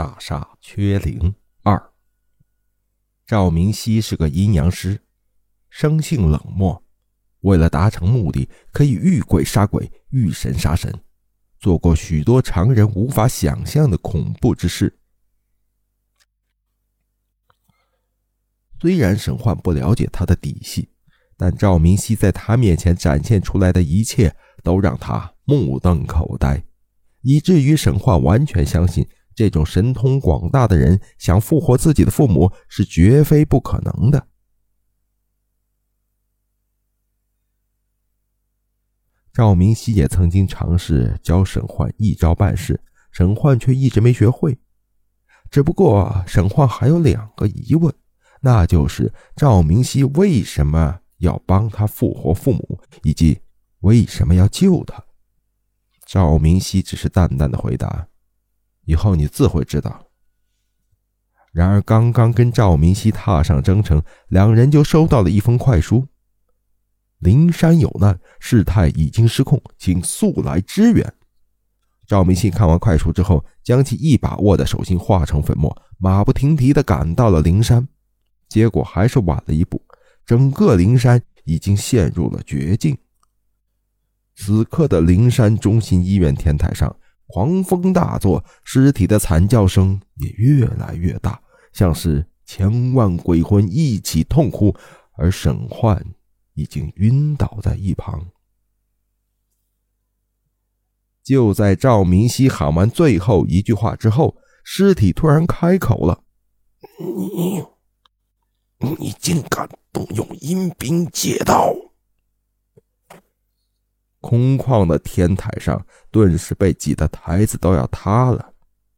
大厦缺灵2。赵明熙是个阴阳师，生性冷漠，为了达成目的，可以遇鬼杀鬼，遇神杀神，做过许多常人无法想象的恐怖之事。虽然沈焕不了解他的底细，但赵明熙在他面前展现出来的一切都让他目瞪口呆，以至于沈焕完全相信这种神通广大的人想复活自己的父母是绝非不可能的。赵明熙也曾经尝试教沈焕一招半式，沈焕却一直没学会。只不过沈焕还有2个疑问，那就是赵明熙为什么要帮他复活父母，以及为什么要救他。赵明熙只是淡淡的回答，以后你自会知道。然而刚刚跟赵明熙踏上征程，2人就收到了一封快书：灵山有难，事态已经失控，请速来支援。赵明熙看完快书之后，将其一把握在手心，化成粉末，马不停蹄地赶到了灵山。结果还是晚了一步，整个灵山已经陷入了绝境。此刻的灵山中心医院天台上，狂风大作，尸体的惨叫声也越来越大，像是千万鬼魂一起痛哭，而沈焕已经晕倒在一旁。就在赵明熙喊完最后一句话之后，尸体突然开口了：你竟敢动用阴兵借道！空旷的天台上顿时被挤得台子都要塌了。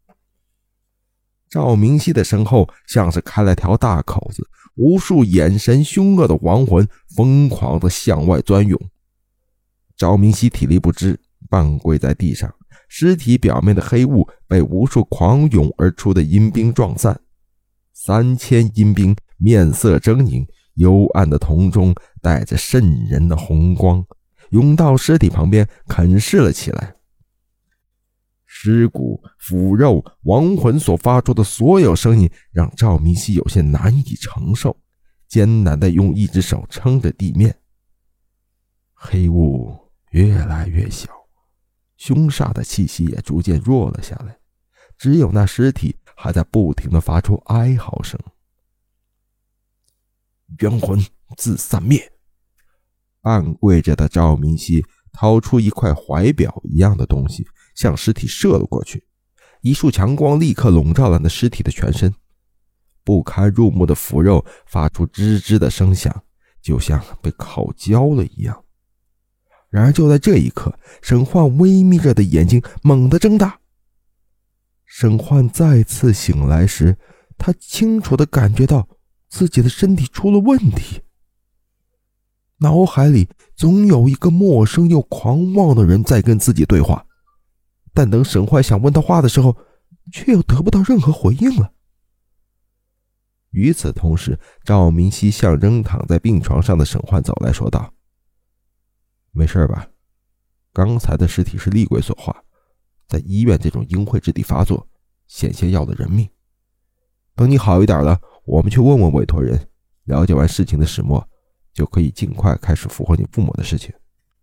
赵明熙的身后像是开了条大口子，无数眼神凶恶的亡魂疯狂地向外钻涌。赵明熙体力不支，半跪在地上，尸体表面的黑雾被无数狂涌而出的阴兵撞散。3000阴兵面色狰狞，幽暗的瞳中带着渗人的红光，涌到尸体旁边啃噬了起来。尸骨、腐肉、亡魂所发出的所有声音让赵明熙有些难以承受，艰难地用一只手撑着地面。黑雾越来越小，凶煞的气息也逐渐弱了下来，只有那尸体还在不停地发出哀嚎声。冤魂自散灭。半跪着的赵明熙掏出一块怀表一样的东西，向尸体射了过去。一束强光立刻笼罩了那尸体的全身，不堪入目的腐肉发出吱吱的声响，就像被烤焦了一样。然而就在这一刻，沈焕微眯着的眼睛猛地睁大。沈焕再次醒来时，他清楚地感觉到自己的身体出了问题。脑海里总有一个陌生又狂妄的人在跟自己对话，但等沈焕想问他话的时候，却又得不到任何回应了。与此同时，赵明熙向仍躺在病床上的沈焕走来，说道：没事吧？刚才的尸体是厉鬼所化，在医院这种阴晦之地发作，险些要了人命。等你好一点了，我们去问问委托人，了解完事情的始末，就可以尽快开始复活你父母的事情。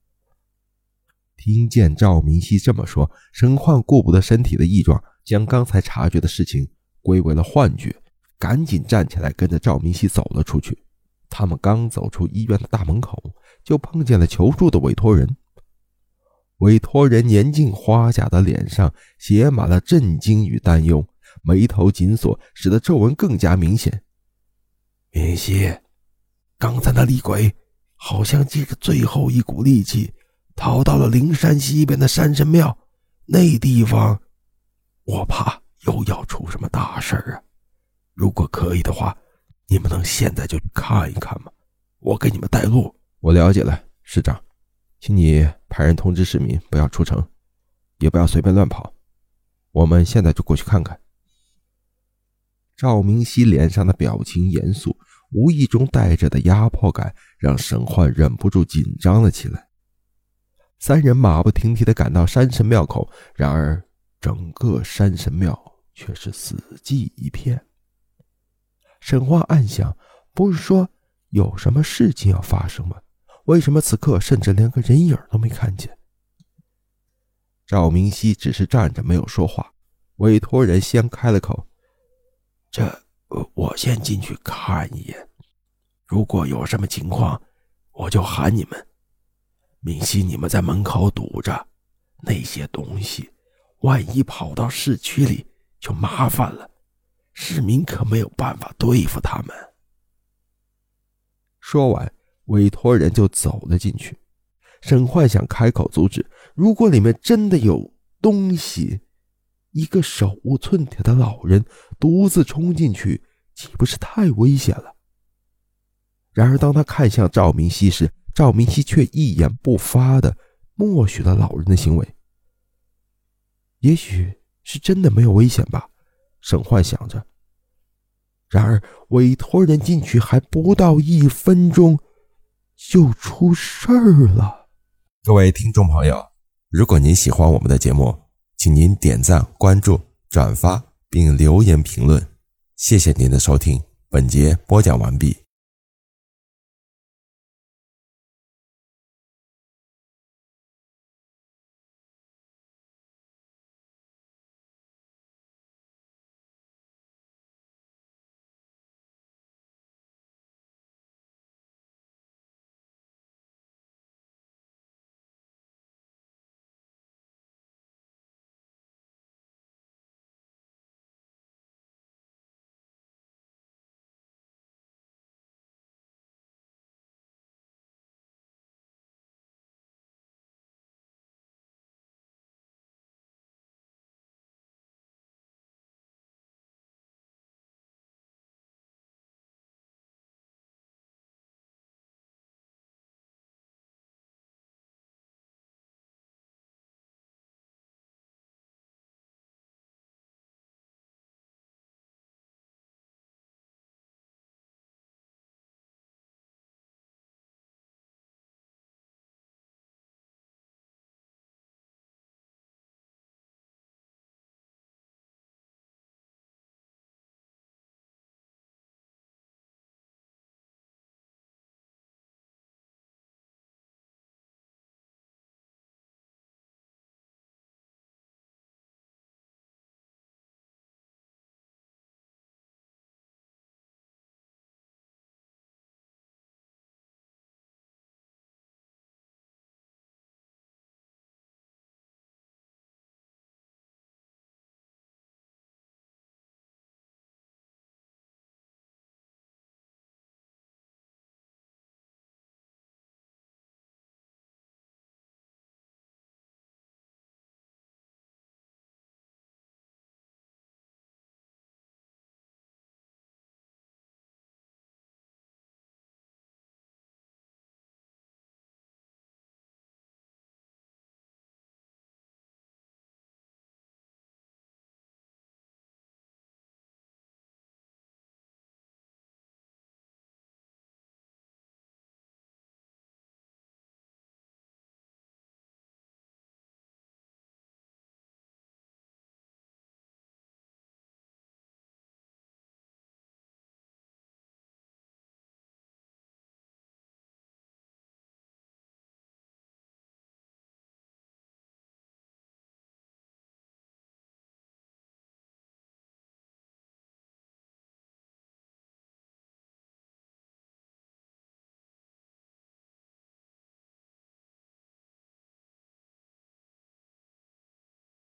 听见赵明熙这么说，沈焕顾不得身体的异状，将刚才察觉的事情归为了幻觉，赶紧站起来跟着赵明熙走了出去。他们刚走出医院的大门口，就碰见了求助的委托人。委托人年近花甲的脸上写满了震惊与担忧，眉头紧锁，使得皱纹更加明显。明熙，刚才那厉鬼好像借着最后一股力气逃到了灵山西边的山神庙，那地方我怕又要出什么大事啊！如果可以的话，你们能现在就去看一看吗？我给你们带路。我了解了，师长，请你派人通知市民不要出城，也不要随便乱跑，我们现在就过去看看。赵明熙脸上的表情严肃，无意中带着的压迫感让沈焕忍不住紧张了起来。3人马不停蹄地赶到山神庙口，然而整个山神庙却是死寂一片。沈焕暗想，不是说有什么事情要发生吗？为什么此刻甚至连个人影都没看见？赵明熙只是站着没有说话，委托人先开了口：我先进去看一眼，如果有什么情况我就喊你们。明熙你们在门口堵着，那些东西万一跑到市区里就麻烦了，市民可没有办法对付他们。说完，委托人就走了进去。沈焕想开口阻止，如果里面真的有东西，一个手无寸铁的老人独自冲进去，岂不是太危险了？然而当他看向赵明熙时，赵明熙却一言不发地默许了老人的行为。也许是真的没有危险吧，沈焕想着。然而委托人进去还不到1分钟，就出事儿了。 各位听众朋友，如果您喜欢我们的节目，请您点赞、关注、转发并留言评论。谢谢您的收听，本节播讲完毕。